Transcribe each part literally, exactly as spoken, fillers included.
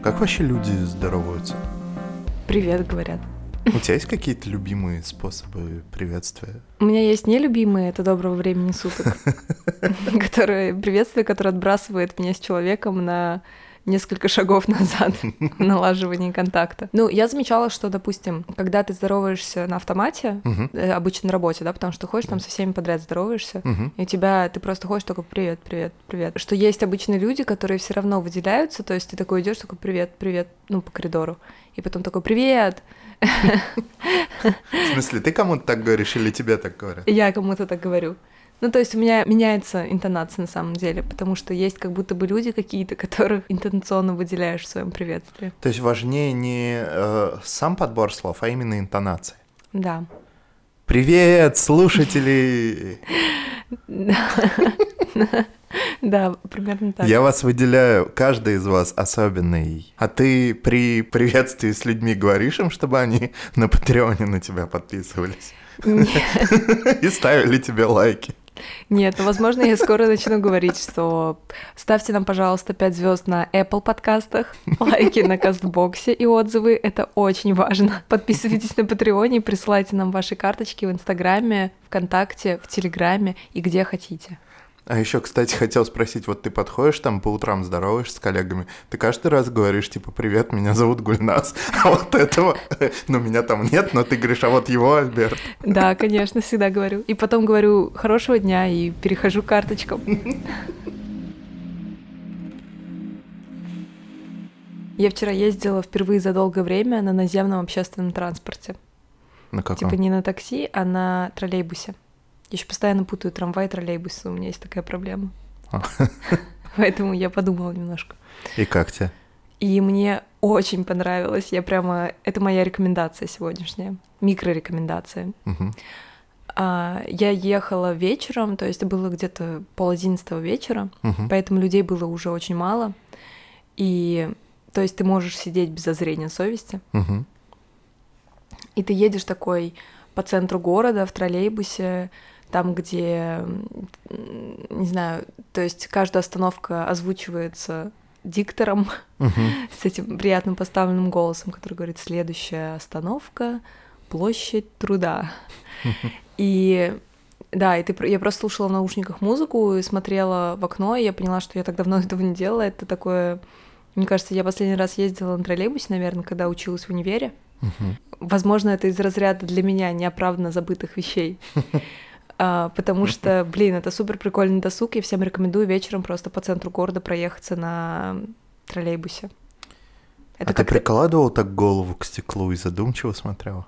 Как вообще люди здороваются? Привет, говорят. У тебя есть какие-то любимые способы приветствия? У меня есть нелюбимые, это доброго времени суток, которые приветствие, которое отбрасывает меня с человеком на несколько шагов назад в налаживании контакта. Ну, я замечала, что, допустим, когда ты здороваешься на автомате, uh-huh. обычно на работе, да, потому что ходишь там со всеми подряд здороваешься, uh-huh. и у тебя, ты просто ходишь только привет, привет, привет. Что есть обычные люди, которые все равно выделяются, то есть ты такой идешь такой привет, привет, ну, по коридору, и потом такой привет. В смысле, ты кому-то так говоришь или тебе так говорят? Я кому-то так говорю. Ну, то есть у меня меняется интонация на самом деле, потому что есть как будто бы люди какие-то, которых интонационно выделяешь в своем приветствии. То есть важнее не э, сам подбор слов, а именно интонация. Да. Привет, слушатели! Да, примерно так. Я вас выделяю, каждый из вас особенный. А ты при приветствии с людьми говоришь им, чтобы они на Патреоне на тебя подписывались? Нет. И ставили тебе лайки? Нет, ну, возможно, я скоро начну говорить, что ставьте нам, пожалуйста, пять звезд на Apple подкастах, лайки на Кастбоксе и отзывы, это очень важно. Подписывайтесь на Патреоне и присылайте нам ваши карточки в Инстаграме, ВКонтакте, в Телеграме и где хотите. А еще, кстати, хотел спросить, вот ты подходишь там по утрам, здороваешься с коллегами, ты каждый раз говоришь, типа, привет, меня зовут Гульнас, а вот этого, ну, меня там нет, но ты говоришь, а вот его Альберт. Да, конечно, всегда говорю. И потом говорю, хорошего дня, и перехожу к карточкам. Я вчера ездила впервые за долгое время на наземном общественном транспорте. На каком? Типа не на такси, а на троллейбусе. Я еще постоянно путаю трамвай и троллейбус, у меня есть такая проблема. Поэтому я подумала немножко. И как тебе? И мне очень понравилось. Я прямо... Это моя рекомендация сегодняшняя. Микрорекомендация. Угу. А, я ехала вечером, то есть было где-то пол одиннадцатого вечера, угу. поэтому людей было уже очень мало. И то есть ты можешь сидеть без зазрения совести. Угу. И ты едешь такой по центру города в троллейбусе, там, где, не знаю, то есть каждая остановка озвучивается диктором uh-huh. с этим приятным поставленным голосом, который говорит: следующая остановка — площадь Труда. Uh-huh. И да, и ты, я просто слушала в наушниках музыку и смотрела в окно, и я поняла, что я так давно этого не делала. Это такое... Мне кажется, я последний раз ездила на троллейбусе, наверное, когда училась в универе. Uh-huh. Возможно, это из разряда для меня неоправданно забытых вещей. А, потому что, блин, это супер прикольный досуг, и всем рекомендую вечером просто по центру города проехаться на троллейбусе. Это а ты прикладывал так голову к стеклу и задумчиво смотрела?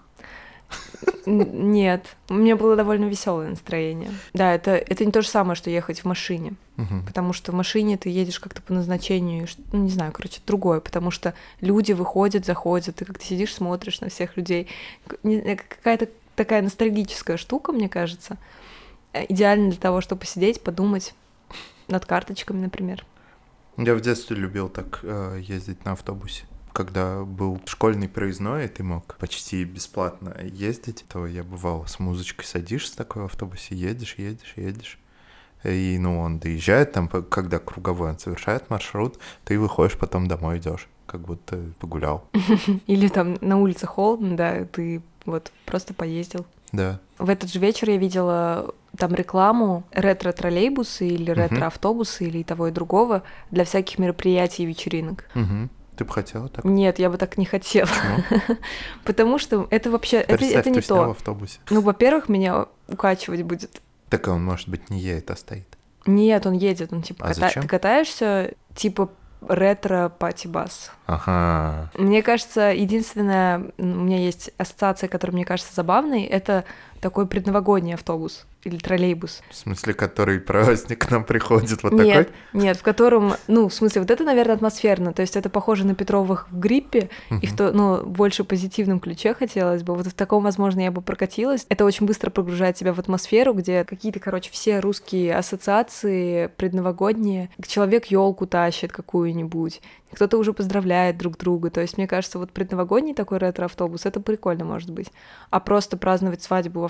Нет, у меня было довольно веселое настроение. Да, это, это не то же самое, что ехать в машине, угу. потому что в машине ты едешь как-то по назначению, ну, не знаю, короче, другое, потому что люди выходят, заходят, ты как-то сидишь, смотришь на всех людей. Какая-то такая ностальгическая штука, мне кажется, идеально для того, чтобы посидеть, подумать над карточками, например. Я в детстве любил так э, ездить на автобусе. Когда был школьный проездной, и ты мог почти бесплатно ездить, то я бывал с музычкой, садишься такой в автобусе, едешь, едешь, едешь. И, ну, он доезжает, там, когда круговой, он совершает маршрут, ты выходишь, потом домой идешь, как будто погулял. Или там на улице холодно, да, ты вот просто поездил. Да. В этот же вечер я видела там рекламу ретро-троллейбусы или ретро-автобусы uh-huh. или и того, и другого для всяких мероприятий и вечеринок. Uh-huh. Ты бы хотела так? Нет, я бы так не хотела. Почему? Потому что это вообще... Представь, это, это не ты то. В автобусе. Ну, во-первых, меня укачивать будет. Так он, может быть, не едет, а стоит. Нет, он едет. Он типа а ката... зачем? Ты катаешься типа ретро-пати-бас. Ага. Мне кажется, единственная... У меня есть ассоциация, которая мне кажется забавной, это такой предновогодний автобус или троллейбус. В смысле, который праздник к нам приходит, вот нет, такой? Нет, в котором, ну, в смысле, вот это, наверное, атмосферно, то есть это похоже на Петровых в гриппе, uh-huh. и в то, ну, больше позитивном ключе хотелось бы. Вот в таком, возможно, я бы прокатилась. Это очень быстро погружает тебя в атмосферу, где какие-то, короче, все русские ассоциации предновогодние. Человек елку тащит какую-нибудь, кто-то уже поздравляет друг друга. То есть, мне кажется, вот предновогодний такой ретро-автобус, это прикольно, может быть. А просто праздновать свадьбу в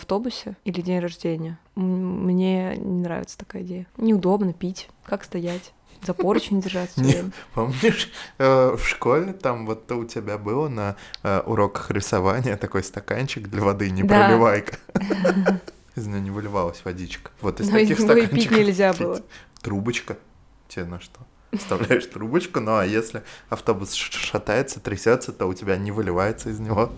автобусе или день рождения. Мне не нравится такая идея. Неудобно пить, как стоять. За поручень держаться. Не, помнишь, э, в школе там вот у тебя было на э, уроках рисования такой стаканчик для воды, не Да. проливайка. Из нее не выливалась водичка. Вот из Но из таких него и стаканчиков пить нельзя пить. было. Трубочка. Тебе на что? Вставляешь трубочку, ну а если автобус ш- шатается, трясется, то у тебя не выливается из него.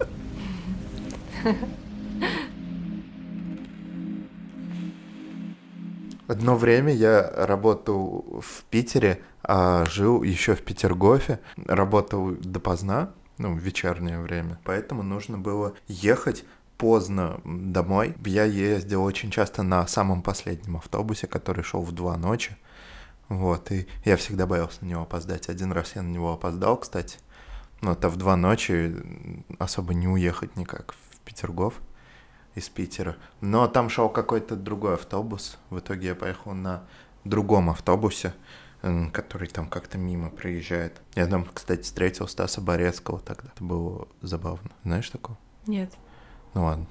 Одно время я работал в Питере, а жил еще в Петергофе. Работал допоздна, ну, в вечернее время. Поэтому нужно было ехать поздно домой. Я ездил очень часто на самом последнем автобусе, который шел в два ночи. Вот, и я всегда боялся на него опоздать. Один раз я на него опоздал, кстати. Но это в два ночи особо не уехать никак в Петергоф из Питера. Но там шел какой-то другой автобус. В итоге я поехал на другом автобусе, который там как-то мимо проезжает. Я там, кстати, встретил Стаса Борецкого тогда. Это было забавно. Знаешь такого? Нет. Ну ладно.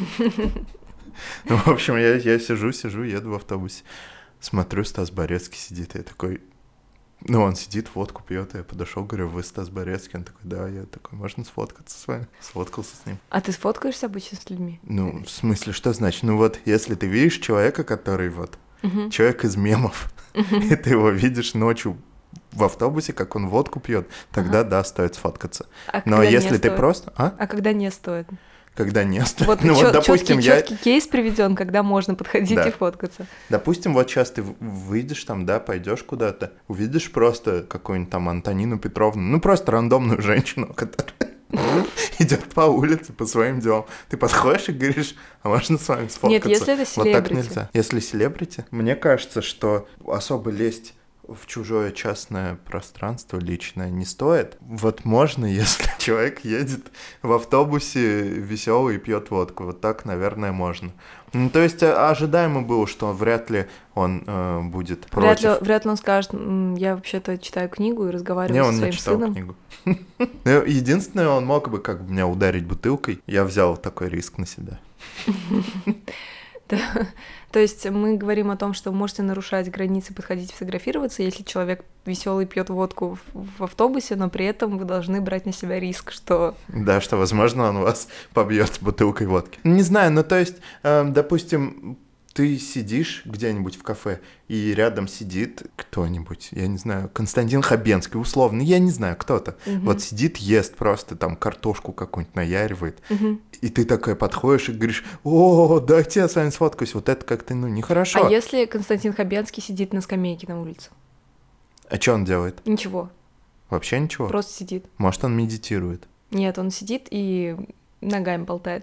Ну, в общем, я, я сижу, сижу, еду в автобусе. Смотрю, Стас Борецкий сидит, и я такой... Ну, он сидит, водку пьет, я подошел, говорю, вы Стас Борецкий? Он такой, да, я такой, можно сфоткаться с вами? Сфоткался с ним. А ты сфоткаешься обычно с людьми? Ну, в смысле, что значит? Ну вот, если ты видишь человека, который вот, Угу. человек из мемов, и ты его видишь ночью в автобусе, как он водку пьет, тогда, да, стоит сфоткаться. А Но когда не если ты стоит? просто... А? А когда не стоит? Когда не стоит. Вот Ну вот, допустим, я... четкий кейс приведен, когда можно подходить Да. и фоткаться. Допустим, вот сейчас ты в- выйдешь там, да, пойдешь куда-то, увидишь просто какую-нибудь там Антонину Петровну, ну просто рандомную женщину, которая идет по улице по своим делам. Ты подходишь и говоришь, а можно с вами сфоткаться? Нет, если это Вот так селебрити. нельзя. Если селебрити, мне кажется, что особо лезть в чужое частное пространство личное не стоит. Вот можно, если человек едет в автобусе веселый и пьет водку. Вот так, наверное, можно. Ну, то есть а, ожидаемо было, что вряд ли он э, будет Вряд против. ли, вряд ли он скажет, «М, я вообще-то читаю книгу и Не, разговариваю он со своим не читал сыном». книгу. Ну, единственное, он мог бы как бы меня ударить бутылкой. Я взял такой риск на себя. Да. То есть мы говорим о том, что вы можете нарушать границы, подходить фотографироваться, если человек веселый пьет водку в, в автобусе, но при этом вы должны брать на себя риск, что... Да, что, возможно, он вас побьет бутылкой водки. Не знаю, ну то есть, э, допустим, ты сидишь где-нибудь в кафе, и рядом сидит кто-нибудь, я не знаю, Константин Хабенский, условно, я не знаю, кто-то. Мгм. Вот сидит, ест просто там картошку какую-нибудь наяривает, Мгм. и ты такой подходишь и говоришь, о, дайте я с вами сфоткаюсь, вот это как-то, ну, нехорошо. А если Константин Хабенский сидит на скамейке на улице? А что он делает? Ничего, Вообще ничего? просто сидит. Может, он медитирует? Нет, он сидит и ногами болтает.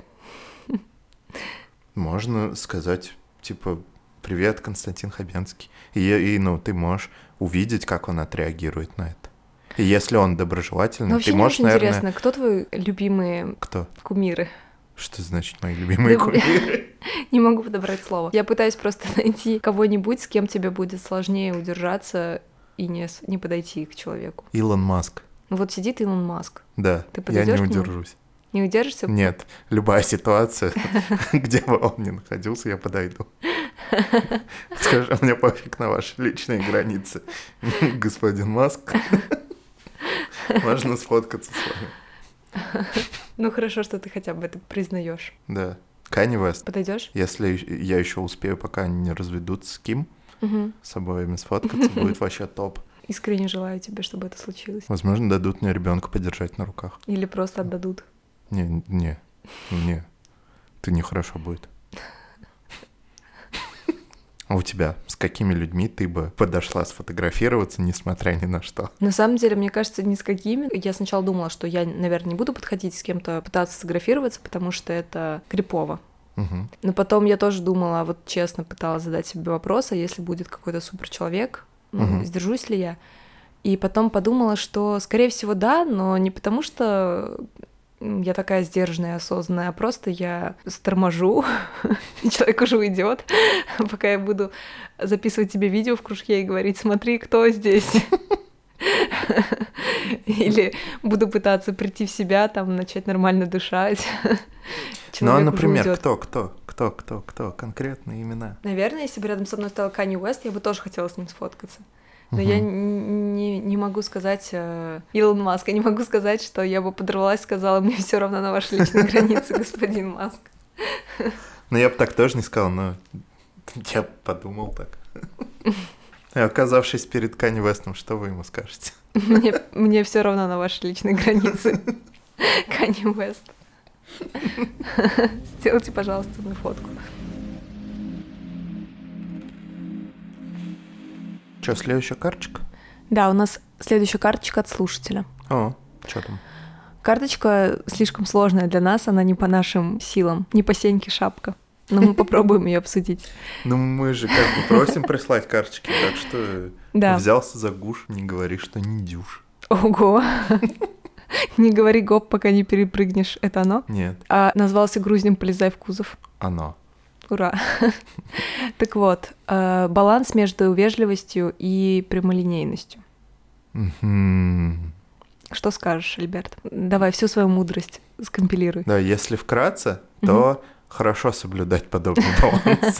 Можно сказать, типа, привет, Константин Хабенский. И, и, ну, ты можешь увидеть, как он отреагирует на это. И если он доброжелательный, Ну, вообще ты мне можешь, очень наверное... интересно, кто твои любимые Кто? кумиры? Что значит мои любимые Да, кумиры? Не могу подобрать слово. Я пытаюсь просто найти кого-нибудь, с кем тебе будет сложнее удержаться и не, с- не подойти к человеку. Илон Маск. Ну вот сидит Илон Маск. Да, Ты я подойдёшь не к нему? удержусь. Не удержишься? Нет, любая ситуация, где бы он ни находился, я подойду. Скажи, мне пофиг на ваши личные границы, господин Маск. Можно сфоткаться с вами. Ну хорошо, что ты хотя бы это признаешь. Да. Канни Вест. Подойдешь? Если я еще успею, пока они не разведутся с Ким, Угу. с обоими сфоткаться, будет вообще топ. Искренне желаю тебе, чтобы это случилось. Возможно, дадут мне ребенка подержать на руках. Или просто отдадут. Не, не, не. Ты нехорошо будет. А у тебя с какими людьми ты бы подошла сфотографироваться, несмотря ни на что? На самом деле, мне кажется, ни с какими. Я сначала думала, что я, наверное, не буду подходить с кем-то, пытаться сфотографироваться, потому что это крипово. Угу. Но потом я тоже думала, вот честно пыталась задать себе вопрос, а если будет какой-то суперчеловек, ну, Мгм. сдержусь ли я? И потом подумала, что, скорее всего, да, но не потому что м, я такая сдержанная и осознанная, а просто я сторможу, и человек уже уйдет, пока я буду записывать тебе видео в кружке и говорить, смотри, кто здесь. Или буду пытаться прийти в себя, там, начать нормально дышать. Ну, а, Человек уже например, уйдет. кто, кто, кто, кто, кто, конкретные имена? Наверное, если бы рядом со мной стал Канье Уэст, я бы тоже хотела с ним сфоткаться. Но Мгм. я н- не, не могу сказать э, Илон Маск, я не могу сказать, что я бы подорвалась, сказала, мне все равно на ваши личные границы, господин Маск. Ну, я бы так тоже не сказал, но я подумал так. И оказавшись перед Канье Уэстом, что вы ему скажете? Мне, мне все равно на ваши личные границы, Канье Уэст. Сделайте, пожалуйста, мою фотку. Что, следующая карточка? Да, у нас следующая карточка от слушателя. О, что там? Карточка слишком сложная для нас, она не по нашим силам, не по Сеньке шапка. Но мы попробуем ее обсудить. Ну, мы же как бы просим прислать карточки, так что Да. взялся за гуш, не говори, что не дюш. Ого! Не говори гоп, пока не перепрыгнешь. Это оно? Нет, А назвался грузнем «Полезай в кузов». оно. Ура! Так вот, э, баланс между вежливостью и прямолинейностью. Мгм. Что скажешь, Альберт? Давай всю свою мудрость скомпилируй. Да, если вкратце, то хорошо соблюдать подобный баланс.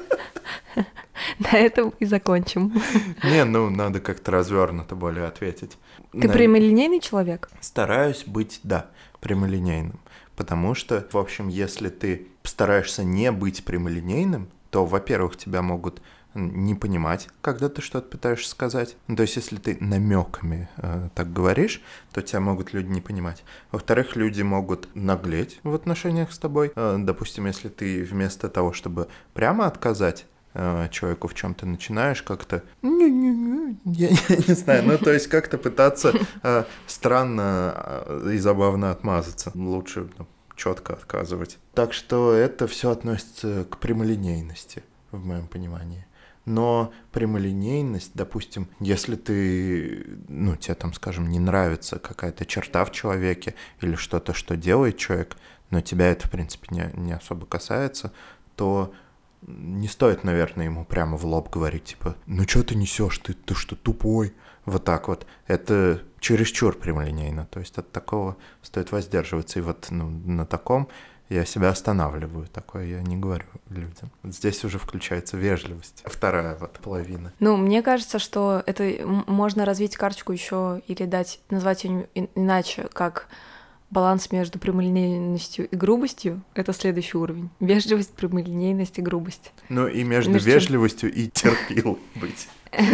На этом и закончим. Не, ну, надо как-то развернуто более ответить. Ты На- прямолинейный человек? Стараюсь быть, да, прямолинейным. Потому что, в общем, если ты стараешься не быть прямолинейным, то, во-первых, тебя могут не понимать, когда ты что-то пытаешься сказать. Ну, то есть, если ты намеками э, так говоришь, то тебя могут люди не понимать. Во-вторых, люди могут наглеть в отношениях с тобой. Э, допустим, если ты вместо того, чтобы прямо отказать э, человеку в чем-то, начинаешь как-то «не-не-не», я, я не знаю, ну то есть как-то пытаться э, странно э, и забавно отмазаться. Лучше ну, четко отказывать. Так что это все относится к прямолинейности, в моем понимании. Но прямолинейность, допустим, если ты, ну, тебе там, скажем, не нравится какая-то черта в человеке или что-то, что делает человек, но тебя это, в принципе, не, не особо касается, то не стоит, наверное, ему прямо в лоб говорить, типа, ну что ты несешь, ты, ты что, тупой? Вот так вот. Это чересчур прямолинейно, то есть от такого стоит воздерживаться. И вот ну, на таком я себя останавливаю, такое я не говорю людям. Вот здесь уже включается вежливость. Вторая вот половина. Ну, мне кажется, что это м- можно развить карточку еще или дать, назвать ее иначе, как баланс между прямолинейностью и грубостью. Это следующий уровень. Вежливость, прямолинейность и грубость. Ну и между, Между вежливостью и терпилой быть.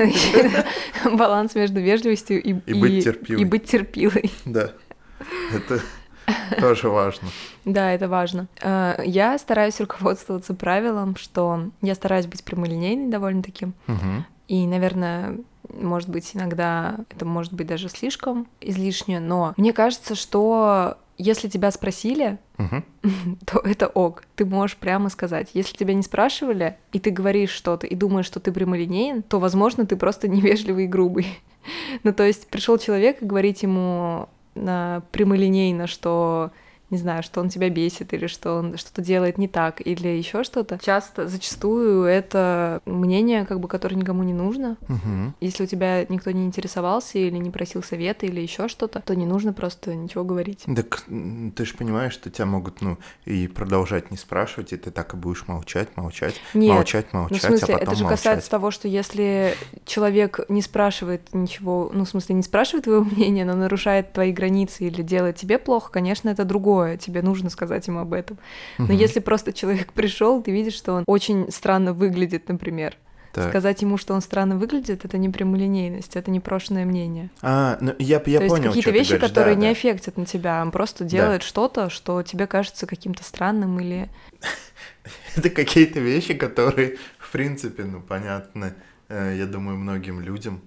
Баланс между вежливостью и, И быть терпилой. и быть терпилой. Да, это тоже важно. Да, это важно. Э, Я стараюсь руководствоваться правилом, что я стараюсь быть прямолинейной довольно-таки. Мгм. И, наверное, может быть, иногда это может быть даже слишком излишне, но мне кажется, что если тебя спросили, Мгм. то это ок. Ты можешь прямо сказать. Если тебя не спрашивали, и ты говоришь что-то, и думаешь, что ты прямолинеен, то, возможно, ты просто невежливый и грубый. Ну, то есть пришел человек, и говорить ему на прямолинейно, что не знаю, что он тебя бесит, или что он что-то делает не так, или еще что-то. Часто, зачастую это мнение, как бы, которое никому не нужно. Мгм. Если у тебя никто не интересовался или не просил совета или еще что-то, то не нужно просто ничего говорить. Так м, ты же понимаешь, что тебя могут, ну, и продолжать не спрашивать, и ты так и будешь молчать, молчать, Нет. молчать, Ну, молчать, в смысле, а потом это же молчать. касается того, что если человек не спрашивает ничего, ну, в смысле, не спрашивает твоего мнения, но нарушает твои границы или делает тебе плохо, конечно, это другое. Тебе нужно сказать ему об этом. Но Мгм. если просто человек пришел, ты видишь, что он очень странно выглядит, например. Так. Сказать ему, что он странно выглядит, это не прямолинейность, это непрошенное мнение. А, ну я, я То понял, есть какие-то что ты вещи, говоришь. которые Да, не да. аффектят на тебя, он просто делает что-то, что тебе кажется каким-то странным или... Это какие-то вещи, которые, в принципе, ну, понятны, э, я думаю, многим людям.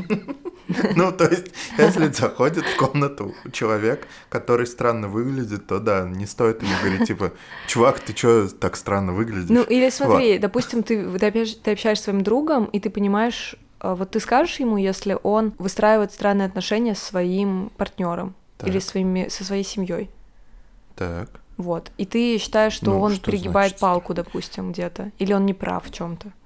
Ну, то есть, если заходит в комнату человек, который странно выглядит, то да, не стоит ему говорить, типа, чувак, ты чё так странно выглядишь? Ну, или смотри, допустим, ты, ты опять- ты общаешься с своим другом, и ты понимаешь, а, вот ты скажешь ему, если он выстраивает странные отношения с своим партнером Так. или своими, со своей семьей. Так. Вот. И ты считаешь, что Ну, он что перегибает значит палку, допустим, где-то, или он не прав в чем-то.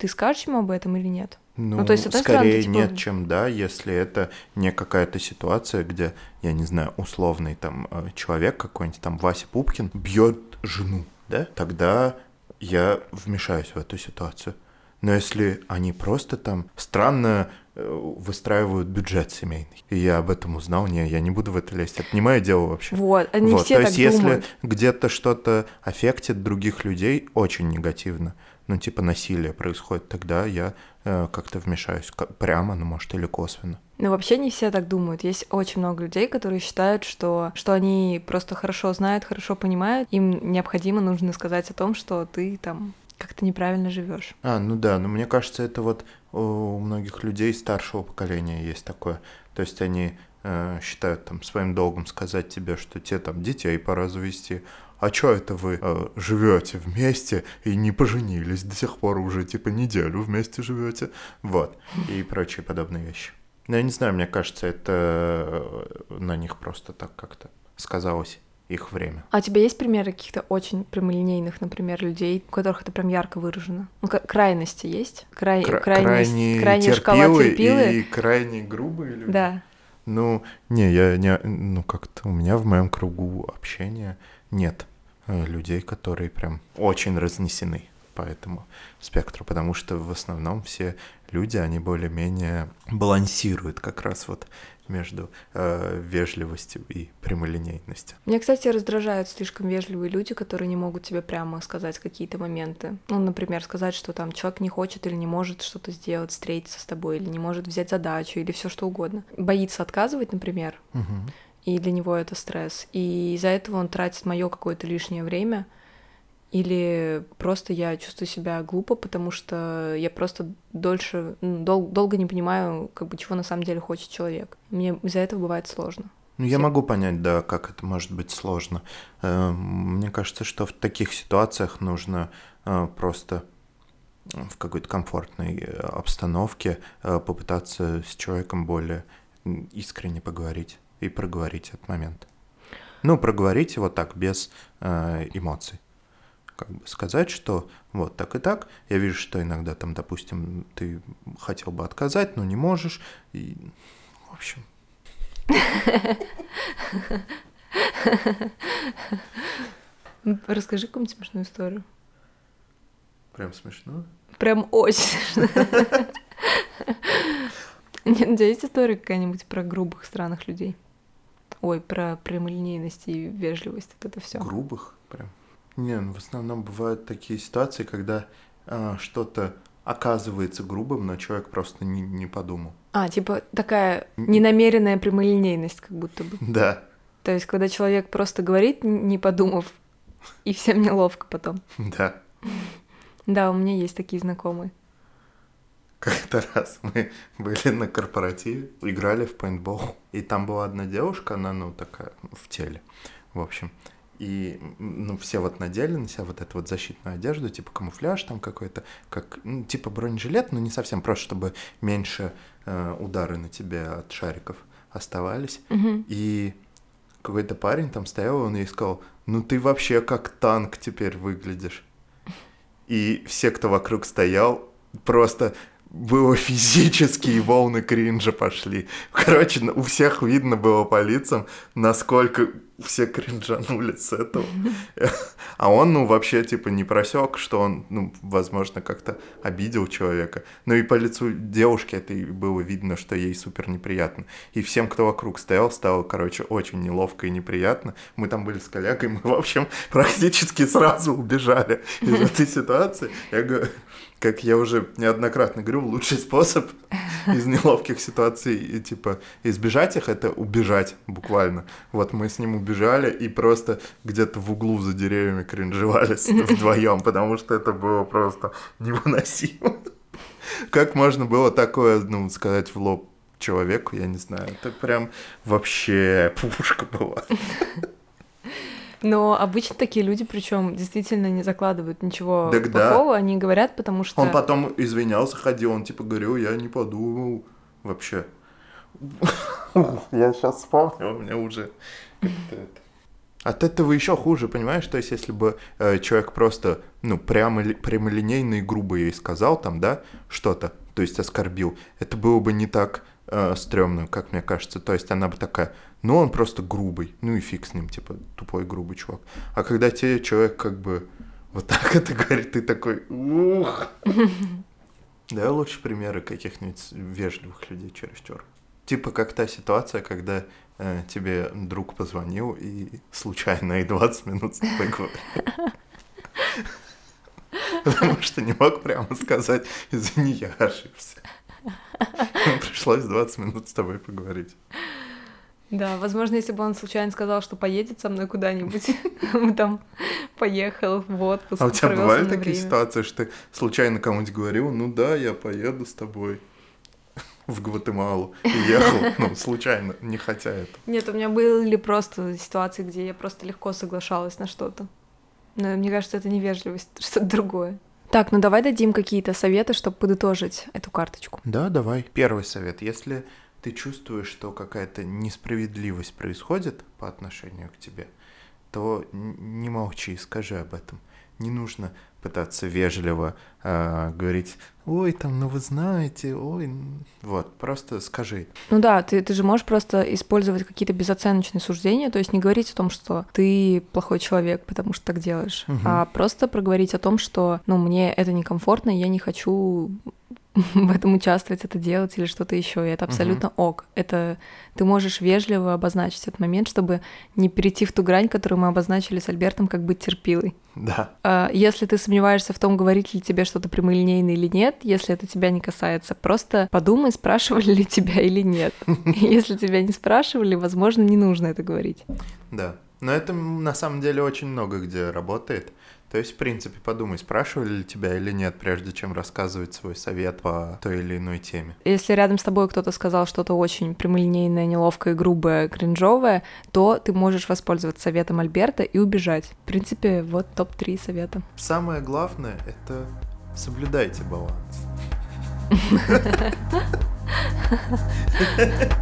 ты скажешь ему об этом или нет? Ну, Ну, то есть, с одной скорее стороны, ты, типа... нет, чем да, если это не какая-то ситуация, где, я не знаю, условный там э, человек какой-нибудь, там Вася Пупкин, бьет жену, да, тогда я вмешаюсь в эту ситуацию. Но если они просто там странно э, выстраивают бюджет семейный, и я об этом узнал, не, я не буду в это лезть, это не мое дело вообще. Вот, они Вот, все то так есть, если думают. где-то что-то аффектит других людей очень негативно, ну, типа насилие происходит, тогда я э, как-то вмешаюсь к- прямо, ну, может, или косвенно. Но вообще не все так думают. Есть очень много людей, которые считают, что, что они просто хорошо знают, хорошо понимают, им необходимо нужно сказать о том, что ты там как-то неправильно живешь. А, ну да, но мне кажется, это вот у многих людей старшего поколения есть такое. То есть они э, считают там своим долгом сказать тебе, что тебе там детей пора завести. А чё это вы э, живете вместе и не поженились до сих пор уже типа неделю вместе живете? Вот. И прочие подобные вещи. Но я не знаю, мне кажется, это э, на них просто так как-то сказалось их время. А у тебя есть примеры каких-то очень прямолинейных, например, людей, у которых это прям ярко выражено? Ну, к- крайности есть? Край... Кра- крайность... крайне Крайняя шкала терпилы терпилы? и крайне грубые люди. Да. Ну, не, я не, ну как-то у меня в моем кругу общения нет э, людей, которые прям очень разнесены по этому спектру, потому что в основном все люди, они более-менее балансируют как раз вот между э, вежливостью и прямолинейностью. Меня, кстати, раздражают слишком вежливые люди, которые не могут тебе прямо сказать какие-то моменты. Ну, например, сказать, что там человек не хочет или не может что-то сделать, встретиться с тобой, или не может взять задачу, или все что угодно. Боится отказывать, например, Угу. и для него это стресс. И из-за этого он тратит мое какое-то лишнее время, или просто я чувствую себя глупо, потому что я просто дольше, ну, дол- долго не понимаю, как бы, чего на самом деле хочет человек. Мне из-за этого бывает сложно. Ну, я Все. могу понять, да, как это может быть сложно. Э, Мне кажется, что в таких ситуациях нужно э, просто в какой-то комфортной э, обстановке э, попытаться с человеком более м, искренне поговорить и проговорить этот момент. Ну, проговорить его так, без э, эмоций. Как бы сказать, что вот так и так, я вижу, что иногда там, допустим, ты хотел бы отказать, но не можешь, и, в общем... Ну, расскажи какую-нибудь смешную историю. Прям смешно. Прям очень смешно. Нет, у тебя есть история какая-нибудь про грубых, странных людей? Ой, про прямолинейность и вежливость, вот это все. Грубых прям. Не, ну в основном бывают такие ситуации, когда а, что-то оказывается грубым, но человек просто не, не подумал. А, типа такая ненамеренная прямолинейность, как будто бы. Да, То есть, когда человек просто говорит, н- не подумав, и всем неловко потом. да. Да, у меня есть такие знакомые. Как-то раз мы были на корпоративе, играли в пейнтбол, и там была одна девушка, она, ну, такая, в теле, в общем. И, ну, все вот надели на себя вот эту вот защитную одежду, типа камуфляж там какой-то, как, ну, типа бронежилет, но не совсем, просто чтобы меньше э, удары на тебе от шариков оставались. Мгм. И какой-то парень там стоял, он ей сказал, ну ты вообще как танк теперь выглядишь. И все, кто вокруг стоял, просто было физические волны кринжа пошли. Короче, у всех видно было по лицам, насколько все кринжанули с этого. А он, ну, вообще, типа, не просек, что он, ну, возможно, как-то обидел человека. Ну, и по лицу девушки это и было видно, что ей супер неприятно. И всем, кто вокруг стоял, стало, короче, очень неловко и неприятно. Мы там были с коллегой, мы, в общем, практически сразу убежали из этой ситуации. Я говорю... Как я уже неоднократно говорю, лучший способ из неловких ситуаций, и, типа, избежать их, это убежать буквально. Вот мы с ним убежали и просто где-то в углу за деревьями кринжевались вдвоем, потому что это было просто невыносимо. Как можно было такое, ну, сказать в лоб человеку, я не знаю. Это прям вообще пушка была. Но обычно такие люди, причем действительно не закладывают ничего Так да. плохого, они говорят, потому что... Он потом извинялся, ходил, он типа говорил, я не подумал вообще. Я сейчас вспомнил, у меня уже как-то это От этого еще хуже, понимаешь? То есть, если бы э, человек просто, ну, прямо, прямолинейно и грубо ей сказал там, да, что-то, то есть оскорбил, это было бы не так э, стрёмно, как мне кажется. То есть она бы такая, ну, он просто грубый, ну и фиг с ним, типа, тупой грубый чувак. А когда тебе человек как бы вот так это говорит, ты такой, ух. Давай лучше примеры каких-нибудь вежливых людей чересчур. Типа как та ситуация, когда э, тебе друг позвонил и случайно и двадцать минут с тобой говорил. Потому что не мог прямо сказать, извини, я ошибся. Пришлось двадцать минут с тобой поговорить. Да, возможно, если бы он случайно сказал, что поедет со мной куда-нибудь, он там поехал в отпуск. А у тебя бывали такие ситуации, что ты случайно кому-нибудь говорил, ну да, я поеду с тобой в Гватемалу и ехал, ну, случайно, не хотя это? Нет, у меня были просто ситуации, где я просто легко соглашалась на что-то. Но мне кажется, это невежливость, что-то другое. Так, ну давай дадим какие-то советы, чтобы подытожить эту карточку. Да, давай. Первый совет. Если ты чувствуешь, что какая-то несправедливость происходит по отношению к тебе, то не молчи, скажи об этом. Не нужно пытаться вежливо э, говорить, ой, там, ну вы знаете, ой, вот, просто скажи. Ну да, ты, ты же можешь просто использовать какие-то безоценочные суждения, то есть не говорить о том, что ты плохой человек, потому что так делаешь, угу. а просто проговорить о том, что, ну, мне это некомфортно, я не хочу в этом участвовать, это делать или что-то еще, и это абсолютно uh-huh. ок. Это ты можешь вежливо обозначить этот момент, чтобы не перейти в ту грань, которую мы обозначили с Альбертом, как быть терпилой. Да. А если ты сомневаешься в том, говорить ли тебе что-то прямолинейно или нет, если это тебя не касается, просто подумай, спрашивали ли тебя или нет. Если тебя не спрашивали, возможно, не нужно это говорить. Да, но это на самом деле очень много где работает. То есть, в принципе, подумай, спрашивали ли тебя или нет, прежде чем рассказывать свой совет по той или иной теме. Если рядом с тобой кто-то сказал что-то очень прямолинейное, неловкое, грубое, кринжовое, то ты можешь воспользоваться советом Альберта и убежать. В принципе, вот топ три совета. Самое главное — это соблюдайте баланс.